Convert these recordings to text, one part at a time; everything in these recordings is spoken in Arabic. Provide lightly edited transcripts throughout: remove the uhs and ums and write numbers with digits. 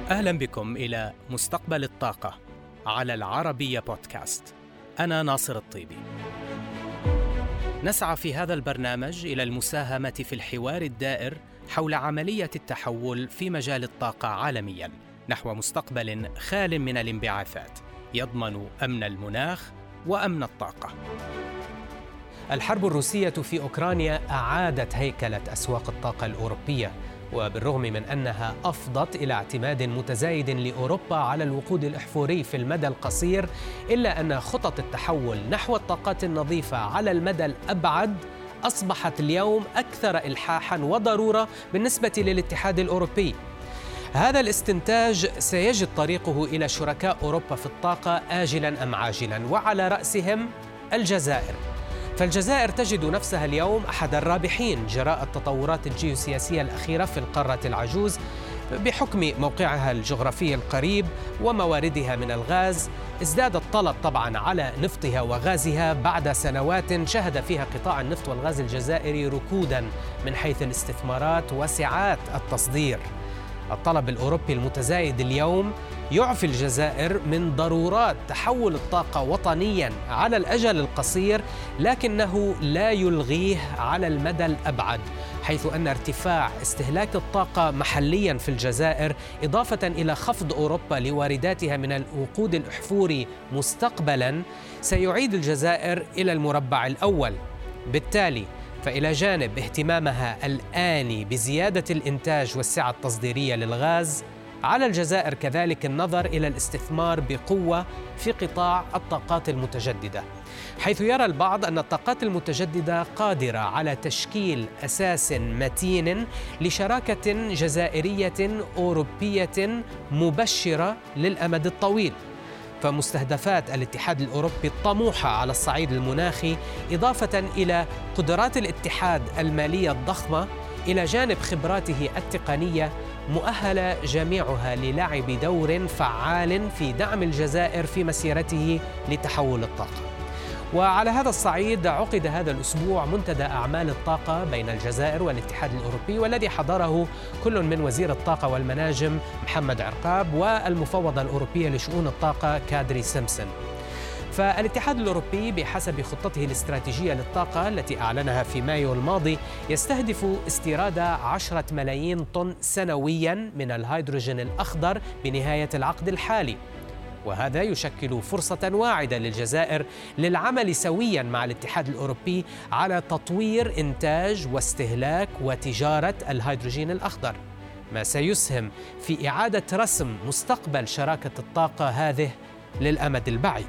أهلا بكم إلى مستقبل الطاقة على العربية بودكاست. أنا ناصر الطيبي. نسعى في هذا البرنامج إلى المساهمة في الحوار الدائر حول عملية التحول في مجال الطاقة عالمياً نحو مستقبل خال من الانبعاثات يضمن أمن المناخ وأمن الطاقة. الحرب الروسية في أوكرانيا أعادت هيكلة أسواق الطاقة الأوروبية، وبالرغم من أنها أفضت إلى اعتماد متزايد لأوروبا على الوقود الأحفوري في المدى القصير، إلا أن خطط التحول نحو الطاقات النظيفة على المدى الأبعد أصبحت اليوم أكثر إلحاحاً وضرورة بالنسبة للاتحاد الأوروبي. هذا الاستنتاج سيجد طريقه إلى شركاء أوروبا في الطاقة آجلاً أم عاجلاً، وعلى رأسهم الجزائر. فالجزائر تجد نفسها اليوم أحد الرابحين جراء التطورات الجيوسياسية الأخيرة في القارة العجوز بحكم موقعها الجغرافي القريب ومواردها من الغاز. ازداد الطلب طبعاً على نفطها وغازها بعد سنوات شهد فيها قطاع النفط والغاز الجزائري ركوداً من حيث الاستثمارات وسعات التصدير. الطلب الأوروبي المتزايد اليوم يعفي الجزائر من ضرورات تحول الطاقة وطنياً على الأجل القصير، لكنه لا يلغيه على المدى الأبعد، حيث أن ارتفاع استهلاك الطاقة محلياً في الجزائر إضافة إلى خفض أوروبا لوارداتها من الوقود الأحفوري مستقبلاً سيعيد الجزائر إلى المربع الأول. بالتالي فإلى جانب اهتمامها الآني بزيادة الإنتاج والسعة التصديرية للغاز، على الجزائر كذلك النظر إلى الاستثمار بقوة في قطاع الطاقات المتجددة، حيث يرى البعض أن الطاقات المتجددة قادرة على تشكيل أساس متين لشراكة جزائرية أوروبية مبشرة للأمد الطويل. فمستهدفات الاتحاد الأوروبي الطموحة على الصعيد المناخي، إضافة إلى قدرات الاتحاد المالية الضخمة إلى جانب خبراته التقنية، مؤهلة جميعها للعب دور فعال في دعم الجزائر في مسيرته لتحول الطاقة. وعلى هذا الصعيد عقد هذا الأسبوع منتدى أعمال الطاقة بين الجزائر والاتحاد الأوروبي، والذي حضره كل من وزير الطاقة والمناجم محمد عرقاب والمفوضة الأوروبية لشؤون الطاقة كادري سيمبسون. فالاتحاد الأوروبي بحسب خطته الاستراتيجية للطاقة التي أعلنها في مايو الماضي يستهدف استيراد 10 ملايين طن سنوياً من الهيدروجين الأخضر بنهاية العقد الحالي، وهذا يشكل فرصة واعدة للجزائر للعمل سوياً مع الاتحاد الأوروبي على تطوير إنتاج واستهلاك وتجارة الهيدروجين الأخضر، ما سيسهم في إعادة رسم مستقبل شراكة الطاقة هذه للأمد البعيد.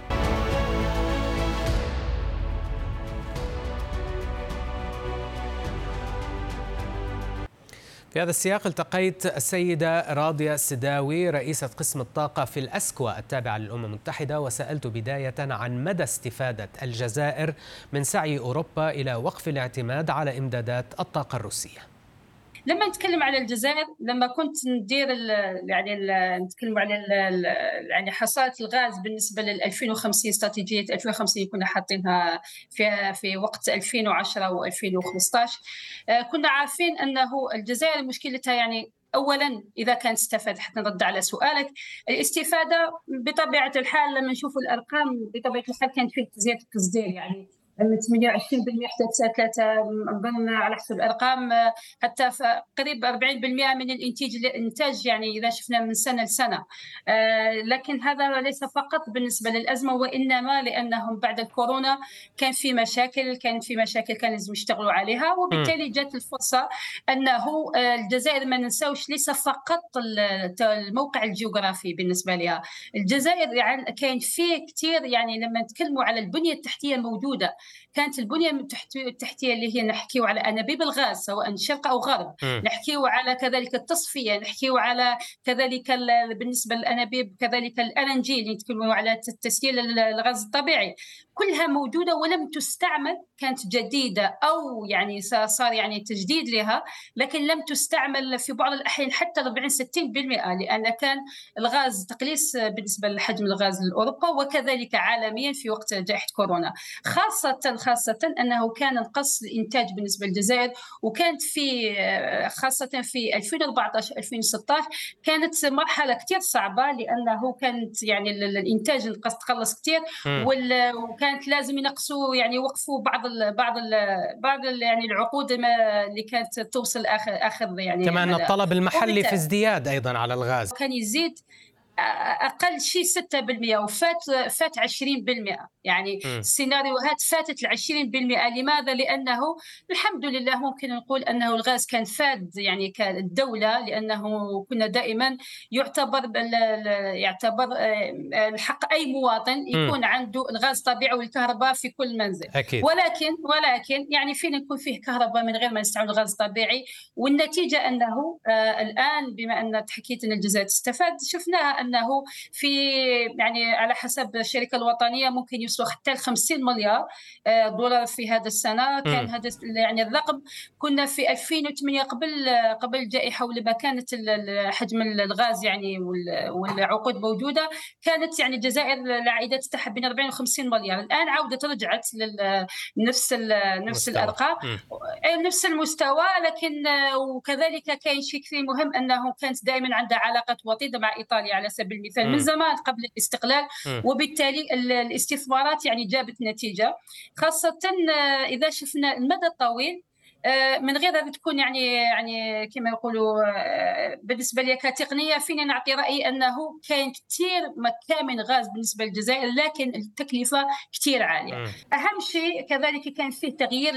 في هذا السياق التقيت السيدة راضية السداوي رئيسة قسم الطاقة في الأسكوا التابعة للأمم المتحدة، وسألت بداية عن مدى استفادة الجزائر من سعي أوروبا إلى وقف الاعتماد على إمدادات الطاقة الروسية. لما نتكلم على الجزائر، لما كنت ندير نتكلم على يعني حصاله الغاز بالنسبه ل 2050 استراتيجيه 2050 كنا حاطينها في وقت 2010 و2015. كنا عارفين انه الجزائر مشكلتها يعني اولا اذا كان استفاد، حتى نرد على سؤالك، الاستفاده بطبيعه الحال لما نشوف الارقام بطبيعه الحال كانت في زياده التصدير، يعني من 28% حتى 3 نظن على حسب الارقام، حتى قريب 40% من الانتاج يعني اذا شفنا من سنه لسنه. لكن هذا ليس فقط بالنسبه للازمه، وانما لانهم بعد الكورونا كان في مشاكل كان لازم يشتغلوا عليها، وبالتالي جات الفرصه انه الجزائر ما ننساوش ليس فقط الموقع الجغرافي بالنسبه لها. الجزائر يعني كان فيه كثير، يعني لما نتكلموا على البنيه التحتيه الموجوده، كانت البنيه التحتيه اللي هي نحكيو على انابيب الغاز سواء شرق او غرب، نحكيو على كذلك التصفيه، نحكيو على كذلك بالنسبه للانابيب كذلك الLNG اللي نتكلموا على تسييل الغاز الطبيعي، كلها موجوده ولم تستعمل، كانت جديده او يعني صار يعني تجديد لها، لكن لم تستعمل في بعض الاحيان حتى 40-60%، لان كان الغاز تقليص بالنسبه لحجم الغاز لاوروبا وكذلك عالميا في وقت جائحه كورونا، خاصه خاصة أنه كان نقص الإنتاج بالنسبة للجزائر، وكانت في خاصة في 2014-2016 كانت مرحلة كتير صعبة، لأنه كانت يعني الإنتاج تقلص كتير، وكانت لازم ينقصوا يعني يوقفوا بعض يعني العقود اللي كانت توصل آخر يعني كمان الطلب المحلي في ازدياد أيضا على الغاز، كان يزيد اقل شيء 6%، فات 20%. يعني السيناريوهات فاتت 20%. لماذا؟ لانه الحمد لله ممكن نقول انه الغاز كان فاد يعني كالدوله، لانه كنا دائما يعتبر الحق اي مواطن يكون عنده الغاز طبيعي والكهرباء في كل منزل. أكيد. ولكن يعني فينا يكون فيه كهرباء من غير ما نستعمل غاز طبيعي، والنتيجه انه الان بما ان تحكيت ان الجزائر تستفاد، شفناها أنه في يعني على حسب الشركة الوطنية ممكن يوصل حتى 50 مليار دولار في هذا السنة. كان هذا يعني الرقم. كنا في 2008 قبل الجائحة، ولما كانت حجم الغاز يعني والعقود موجودة، كانت يعني الجزائر العائدات تاعها بين 40 و 50 مليار. الآن عودت رجعت نفس الأرقام، نفس المستوى. لكن وكذلك كاين شيء كثير مهم، أنه كانت دائما عندها علاقات وطيدة مع إيطاليا على سبيل المثال من زمان قبل الاستقلال، وبالتالي الاستثمارات يعني جابت نتيجة، خاصة إذا شفنا المدى الطويل. من غير أن تكون يعني كما يقولوا بالنسبة لي كتقنية، فينا نعطي رأيي أنه كاين كثير مكامن غاز بالنسبة للجزائر، لكن التكلفة كثير عالية. أهم شيء كذلك كان فيه تغيير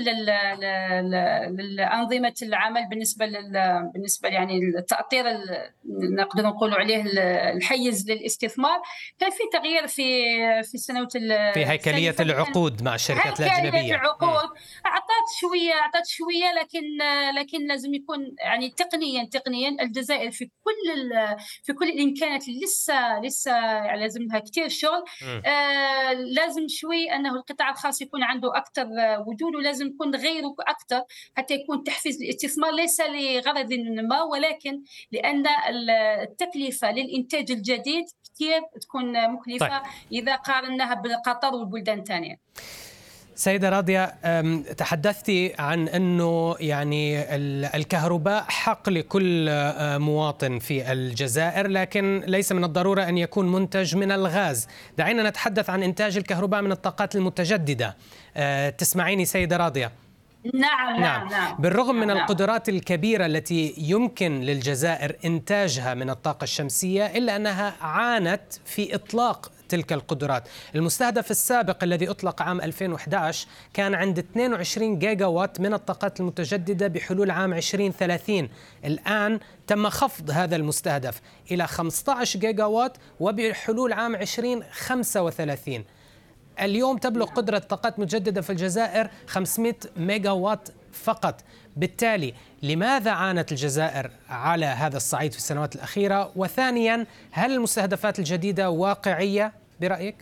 للأنظمة العمل بالنسبة يعني التأطير نقدر نقول عليه الحيز للإستثمار. كان في تغيير في السنوات في هيكلية العقود مع الشركات الأجنبية. العقود أعطت شوية، لكن لازم يكون يعني تقنيا الجزائر في كل الإمكانات اللي لسه يعني لازم لها كتير شغل. لازم شوي أنه القطاع الخاص يكون عنده أكثر وجود، ولازم يكون غيره أكثر حتى يكون تحفيز الاستثمار، ليس لغرض ما، ولكن لأن التكلفة للإنتاج الجديد كتير تكون مكلفة. طيب. إذا قارناها بقطر والبلدان الثانية. سيدة راضية، تحدثتي عن أنه يعني الكهرباء حق لكل مواطن في الجزائر، لكن ليس من الضرورة أن يكون منتج من الغاز. دعينا نتحدث عن إنتاج الكهرباء من الطاقات المتجددة. تسمعيني سيدة راضية؟ نعم. بالرغم من القدرات الكبيرة التي يمكن للجزائر إنتاجها من الطاقة الشمسية، إلا أنها عانت في إطلاق تلك القدرات. المستهدف السابق الذي أطلق عام 2011 كان عند 22 جيجا وات من الطاقات المتجددة بحلول عام 2030. الآن تم خفض هذا المستهدف إلى 15 جيجا وات وبحلول عام 2035. اليوم تبلغ قدرة طاقات متجددة في الجزائر 500 ميجا وات فقط. بالتالي لماذا عانت الجزائر على هذا الصعيد في السنوات الأخيرة؟ وثانيا، هل المستهدفات الجديدة واقعية برأيك؟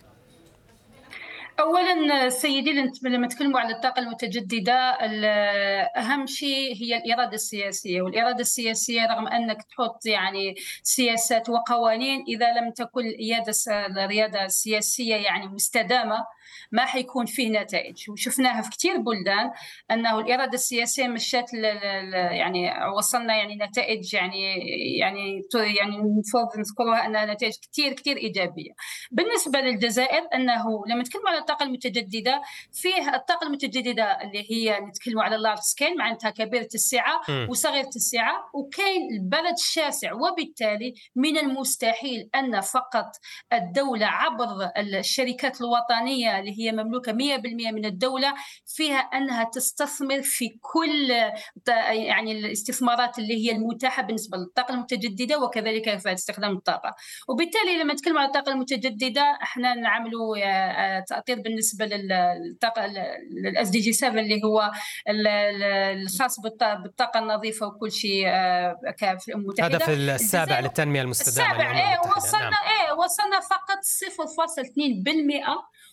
أولا سيدي، لما نتكلموا على الطاقة المتجددة، أهم شيء هي الإرادة السياسية. والإرادة السياسية رغم أنك تحط يعني سياسات وقوانين، إذا لم تكن الريادة السياسية يعني مستدامة، ما حيكون فيه نتائج. وشفناها في كتير بلدان أنه الإرادة السياسية مشات يعني وصلنا يعني نتائج يعني المفروض نذكرها أنها نتائج كتير إيجابية. بالنسبة للجزائر، أنه لما نتكلم على الطاقة المتجددة، فيه الطاقة المتجددة اللي هي نتكلم على اللارج سكيل، معناتها كبيرة السعة وصغيرة السعة، وكاين البلد الشاسع. وبالتالي من المستحيل أن فقط الدولة عبر الشركات الوطنية اللي هي مملوكة 100% من الدولة فيها أنها تستثمر في كل يعني الاستثمارات اللي هي المتاحة بالنسبة للطاقة المتجددة، وكذلك في استخدام الطاقة. وبالتالي لما نتكلم على الطاقة المتجددة، احنا نعملوا تأطير بالنسبة للطاقة الاس دي جي 7 اللي هو الخاص بالطاقة النظيفة وكل شيء في الأمم المتحدة. الهدف السابع للتنمية المستدامة. وصلنا فقط 0.2%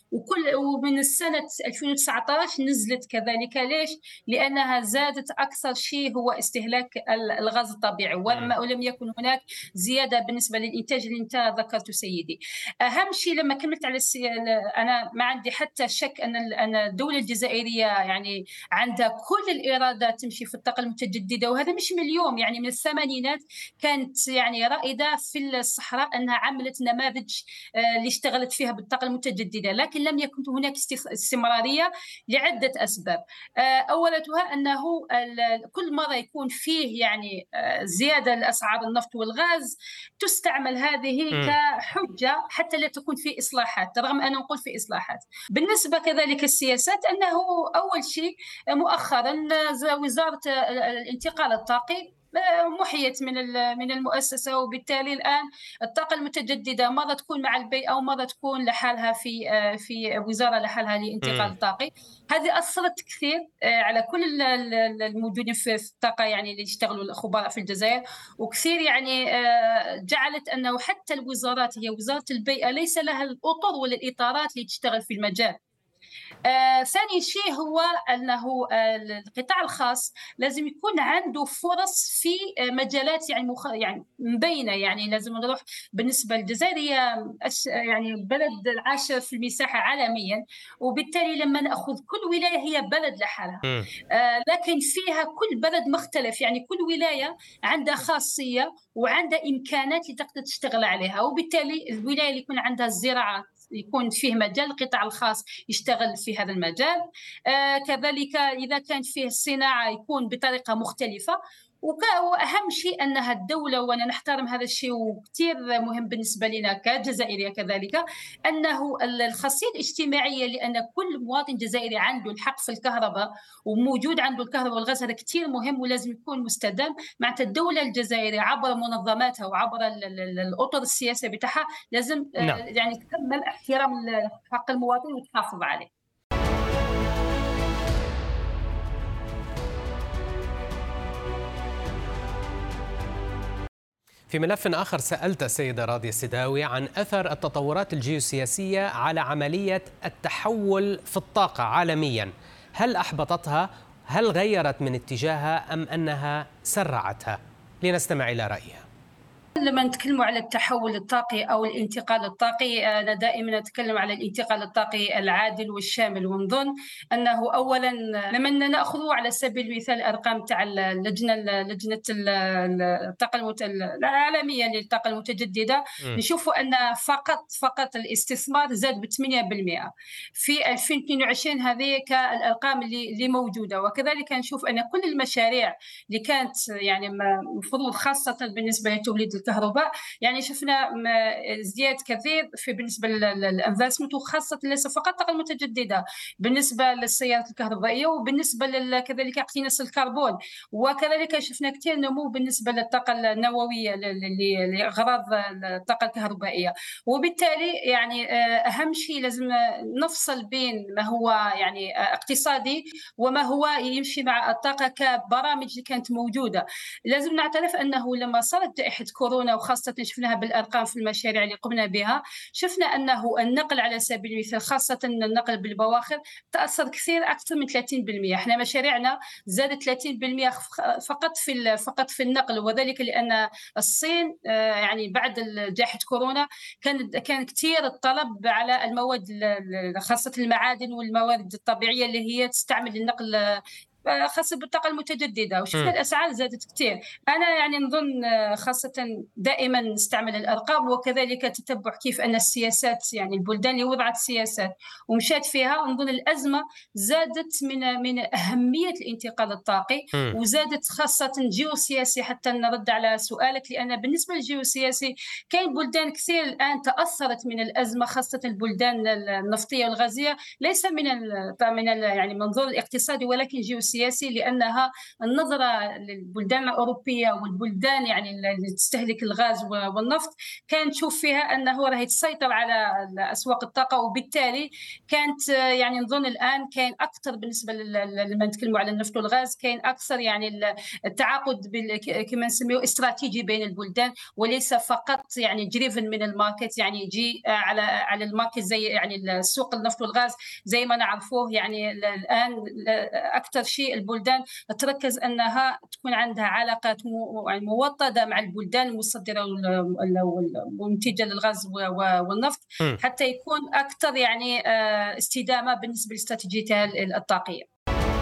ومن السنة 2019 نزلت كذلك. ليش؟ لأنها زادت أكثر شيء هو استهلاك الغاز الطبيعي، ولم يكن هناك زيادة بالنسبة للإنتاج اللي أنت ذكرته سيدي. أهم شيء لما كملت على أنا ما عندي حتى شك أن الدولة الجزائرية يعني عندها كل الإرادة تمشي في الطاقة المتجددة، وهذا مش من اليوم، يعني من الثمانينات كانت يعني رائدة في الصحراء أنها عملت نماذج اللي اشتغلت فيها بالطاقة المتجددة، لكن لم يكن هناك استمرارية لعدة أسباب. أولتها أنه كل مرة يكون فيه يعني زيادة لأسعار النفط والغاز تستعمل هذه كحجة حتى لا تكون في إصلاحات، رغم أن نقول في إصلاحات. بالنسبة كذلك السياسات، أنه أول شيء مؤخرا وزارة الانتقال الطاقي محيت من المؤسسة، وبالتالي الآن الطاقة المتجددة مرة تكون مع البيئة ومرة تكون لحالها في وزارة لحالها لانتقال الطاقي. هذه أثرت كثير على كل الموجودين في الطاقة، يعني اللي يشتغلوا الخبراء في الجزائر، وكثير يعني جعلت أنه حتى الوزارات، هي وزارة البيئة ليس لها الأطر ولا الإطارات اللي تشتغل في المجال. ثاني شيء هو أنه القطاع الخاص لازم يكون عنده فرص في مجالات يعني مبينة. يعني لازم نروح، بالنسبة للجزائر يعني بلد العاشر في المساحة عالميا، وبالتالي لما نأخذ كل ولاية هي بلد لحالها، لكن فيها كل بلد مختلف، يعني كل ولاية عندها خاصية وعندها إمكانات اللي تقدر تشتغل عليها، وبالتالي الولاية اللي يكون عندها الزراعة يكون فيه مجال القطاع الخاص يشتغل في هذا المجال، كذلك إذا كان فيه الصناعة يكون بطريقة مختلفة. وأهم شيء أنها الدولة، وأنا نحترم هذا الشيء وكثير مهم بالنسبة لنا كجزائرية كذلك، أنه الخاصية الاجتماعية، لأن كل مواطن جزائري عنده الحق في الكهرباء وموجود عنده الكهرباء والغاز، هذا كثير مهم ولازم يكون مستدام. مع الدولة الجزائرية عبر منظماتها وعبر الأطر السياسية بتاعها لازم يعني تكمل احترام حق المواطن وتحافظ عليه. في ملف آخر سألت السيدة راضية السداوي عن أثر التطورات الجيوسياسية على عملية التحول في الطاقة عالميا. هل أحبطتها؟ هل غيرت من اتجاهها أم أنها سرعتها؟ لنستمع إلى رأيها. لما نتكلم على التحول الطاقي أو الانتقال الطاقي، أنا دائما أتكلم على الانتقال الطاقي العادل والشامل، ونظن أنه أولا لما نأخذ على سبيل المثال الأرقام تاع لجنة الطاقة العالمية للطاقة المتجددة، نشوفوا أن فقط الاستثمار زاد ب 8% في 2022. هذه كالأرقام اللي موجودة. وكذلك نشوف أن كل المشاريع اللي كانت يعني مفروض خاصة بالنسبة لتوليد الكهرباء، يعني شفنا ازدياد كثير في بالنسبه للانفستمنت، وخاصه ليس فقط الطاقه المتجدده، بالنسبه للسيارات الكهربائيه وبالنسبه كذلك اقتناص الكربون. وكذلك شفنا كثير نمو بالنسبه للطاقه النوويه لاغراض الطاقه الكهربائيه. وبالتالي يعني اهم شيء لازم نفصل بين ما هو يعني اقتصادي وما هو يمشي مع الطاقه كبرامج اللي كانت موجوده. لازم نعترف انه لما صارت جائحه كورونا، وخاصة شفناها بالأرقام في المشاريع اللي قمنا بها، شفنا أنه النقل على سبيل المثال، خاصة النقل بالبواخر، تأثر كثير أكثر من 30%. احنا مشاريعنا زادت 30% فقط في النقل، وذلك لأن الصين يعني بعد جائحة كورونا كان كثير الطلب على المواد، خاصة المعادن والمواد الطبيعية اللي هي تستعمل النقل خاصة بالطاقة المتجددة، وشفنا الأسعار زادت كثير. أنا يعني نظن خاصة دائما نستعمل الأرقام، وكذلك تتبع كيف أن السياسات، يعني البلدان اللي وضعت سياسات ومشات فيها، ونظن الأزمة زادت من أهمية الانتقال الطاقي، وزادت خاصة جيوسياسي. حتى نرد على سؤالك، لأن بالنسبة للجيوسياسي كاين بلدان كثير الآن تأثرت من الأزمة، خاصة البلدان النفطية والغازية، ليس من يعني منظور الاقتصادي ولكن جيوسياسي. السياسي، لأنها النظرة للبلدان الأوروبية والبلدان يعني اللي تستهلك الغاز والنفط كانت تشوف فيها أنه راهي تسيطر على أسواق الطاقة، وبالتالي كانت يعني نظن الآن كان أكثر بالنسبة لما نتكلموا على النفط والغاز كان أكثر يعني التعاقد كما نسميه استراتيجي بين البلدان، وليس فقط يعني دريفن من الماركت، يعني يجي على الماركت زي يعني السوق النفط والغاز زي ما نعرفوه. يعني الآن أكثر شيء البلدان تركز أنها تكون عندها علاقات موطدة مع البلدان المصدرة والمنتجة للغاز والنفط، حتى يكون أكثر يعني استدامة بالنسبة لاستراتيجيتها الطاقية.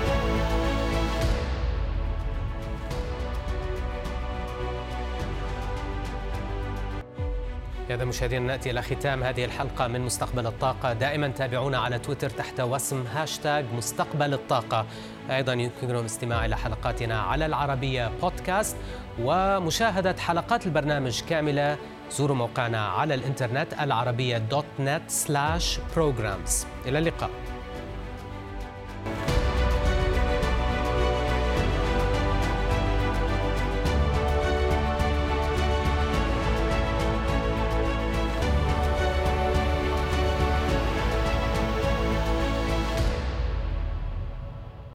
هذا مشاهدينا نأتي إلى ختام هذه الحلقة من مستقبل الطاقة. دائما تابعونا على تويتر تحت وسم #مستقبل الطاقة. أيضا يمكنكم الاستماع إلى حلقاتنا على العربية بودكاست، ومشاهدة حلقات البرنامج كاملة زوروا موقعنا على الإنترنت العربية.net/programs. إلى اللقاء.